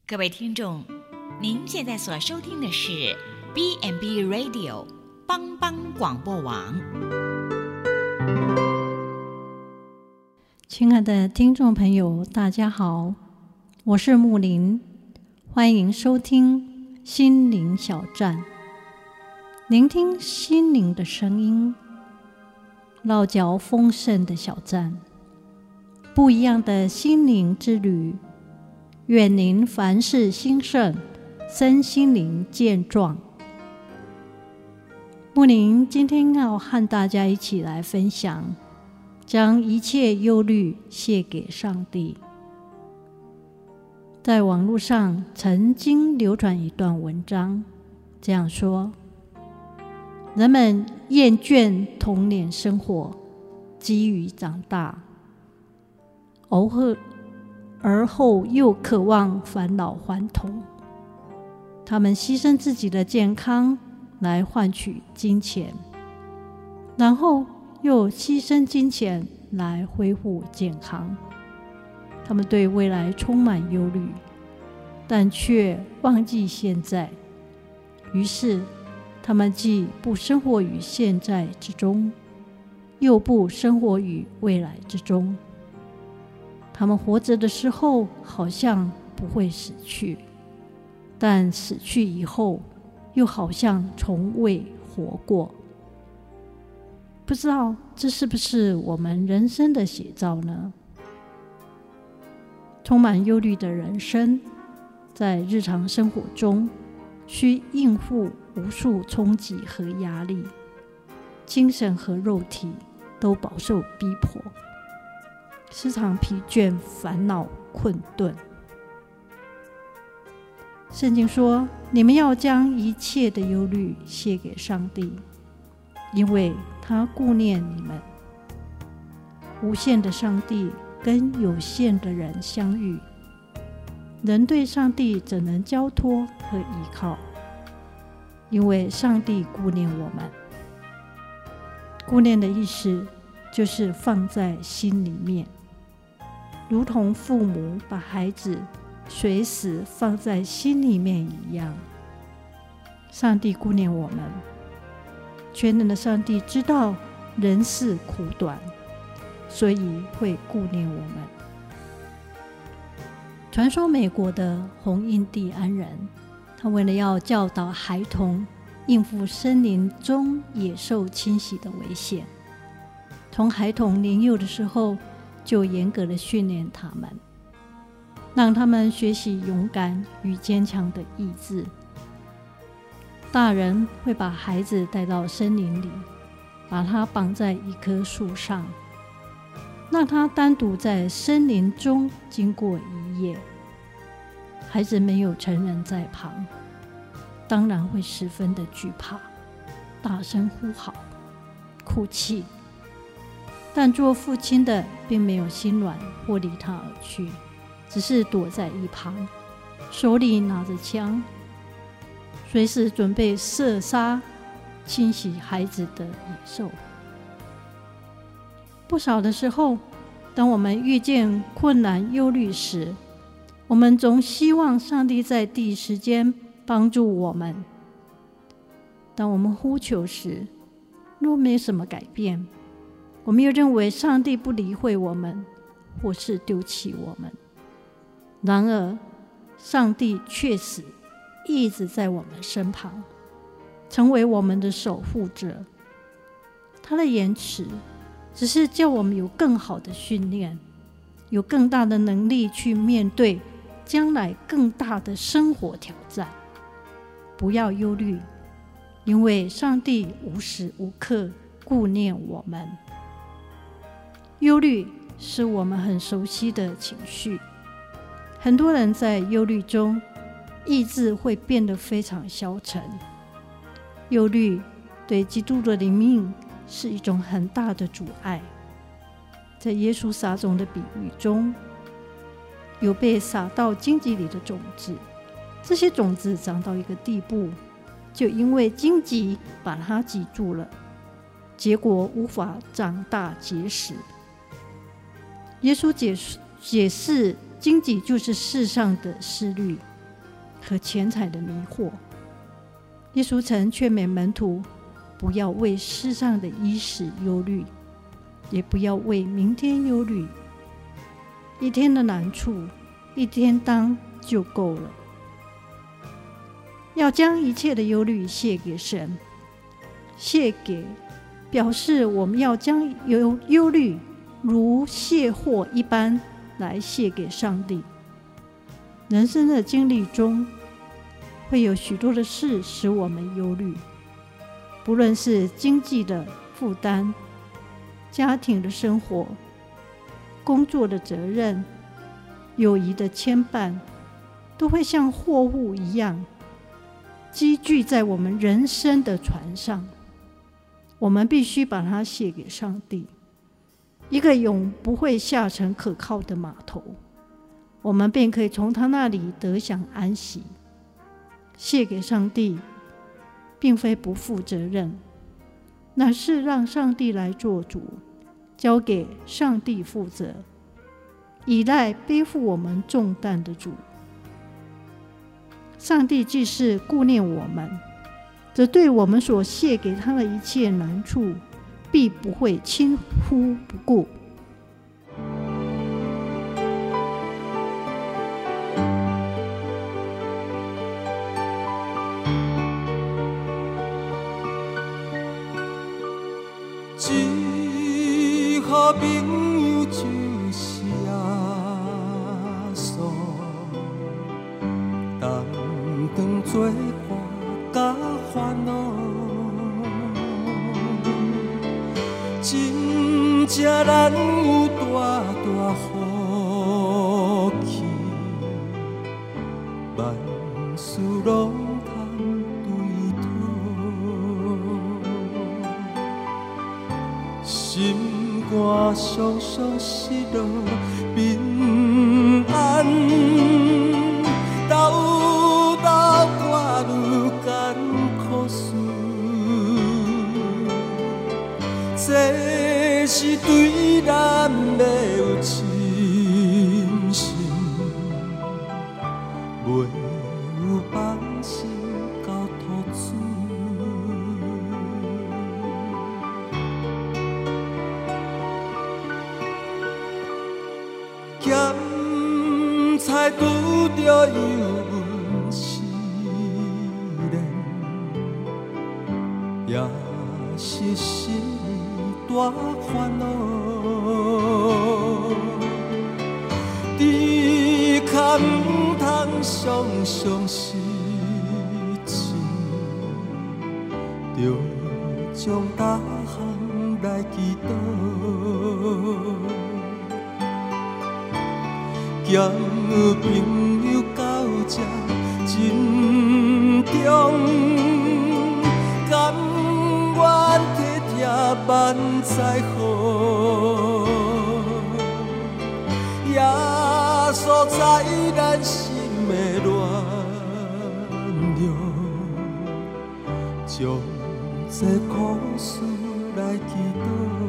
各位听众，您现在所收听的是 B&B Radio 帮帮广播网。 亲爱的听众朋友，大家好，我是木林，欢迎收听心灵小站，聆听心灵的声音，落脚丰盛的小站，不一样的心灵之旅。愿您凡事兴盛，身心灵健壮。木林今天要和大家一起来分享，将一切忧虑卸给上帝。在网络上曾经流传一段文章，这样说：人们厌倦童年生活，急于长大，而后又渴望返老还童。他们牺牲自己的健康来换取金钱，然后又牺牲金钱来恢复健康。他们对未来充满忧虑，但却忘记现在。于是他们既不生活于现在之中，又不生活于未来之中。他们活着的时候好像不会死去，但死去以后又好像从未活过。不知道这是不是我们人生的写照呢？充满忧虑的人生，在日常生活中需应付无数冲击和压力，精神和肉体都饱受逼迫，时常疲倦、烦恼、困顿。圣经说，你们要将一切的忧虑卸给上帝，因为他顾念你们。无限的上帝跟有限的人相遇，人对上帝怎能交托和依靠？因为上帝顾念我们。顾念的意思就是放在心里面，如同父母把孩子随时放在心里面一样。上帝顾念我们，全能的上帝知道人世苦短，所以会顾念我们。传说美国的红印第安人，他为了要教导孩童应付森林中野兽侵袭的危险，从孩童年幼的时候就严格的训练他们，让他们学习勇敢与坚强的意志。大人会把孩子带到森林里，把他绑在一棵树上，让他单独在森林中经过一夜。孩子没有成人在旁，当然会十分的惧怕，大声呼号、哭泣。但做父亲的并没有心软或离他而去，只是躲在一旁，手里拿着枪，随时准备射杀侵袭孩子的野兽。不少的时候，当我们遇见困难忧虑时，我们总希望上帝在第一时间帮助我们。当我们呼求时，若没什么改变，我们又认为上帝不理会我们，或是丢弃我们。然而，上帝确实一直在我们身旁，成为我们的守护者。他的延迟只是叫我们有更好的训练，有更大的能力去面对将来更大的生活挑战。不要忧虑，因为上帝无时无刻顾念我们。忧虑是我们很熟悉的情绪，很多人在忧虑中，意志会变得非常消沉。忧虑对基督的灵命是一种很大的阻碍。在耶稣撒种的比喻中，有被撒到荆棘里的种子，这些种子长到一个地步，就因为荆棘把它挤住了，结果无法长大结实。耶稣解释荆棘就是世上的思虑、 和钱财的迷惑。耶稣曾劝勉门徒，不要为世上的衣食忧虑，也不要为明天忧虑。一天的难处，一天当就够了。要将一切的忧虑卸给神，卸给表示我们要将忧虑如卸货一般来卸给上帝。人生的经历中，会有许多的事使我们忧虑，不论是经济的负担、家庭的生活、工作的责任、友谊的牵绊，都会像货物一样积聚在我们人生的船上。我们必须把它卸给上帝，一个永不会下沉可靠的码头，我们便可以从他那里得享安息。卸给上帝，并非不负责任，乃是让上帝来做主，交给上帝负责，依赖背负我们重担的主。上帝既是顾念我们，则对我们所卸给他的一切难处，必不会轻忽不顾。 一好朋友就是耶稣，同当作伴甲烦恼，真正咱有大大福气，万事拢通对讨。心肝常常失落平安，斗挂愈艰苦事，这是对咱的有信心，袂有放心交托主。咸菜拄着油温试炼，也是心大烦恼。只可唔通常常失志，着将大项来祈祷。咸朋友到这真重，甘愿体贴万载好，耶稣知咱心的软弱，将这苦事来祈祷。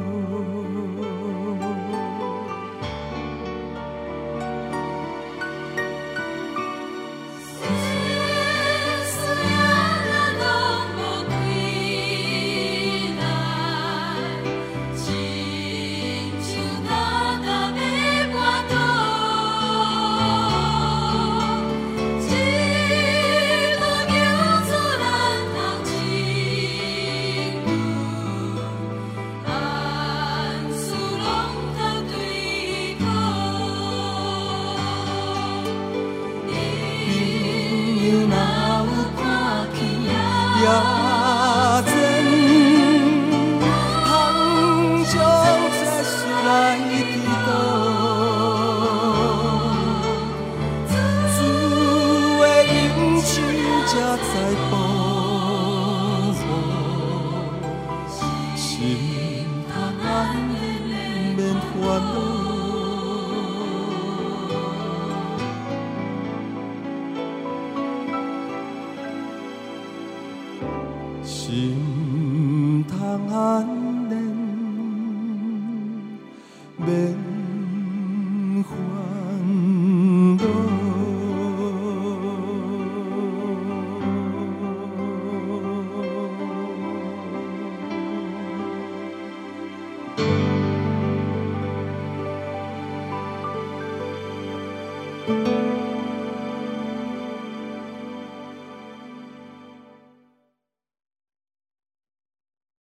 也真通将这事来祈祷，主的恩手才在保护，心通安宁免烦恼。心通安宁，免烦恼。 我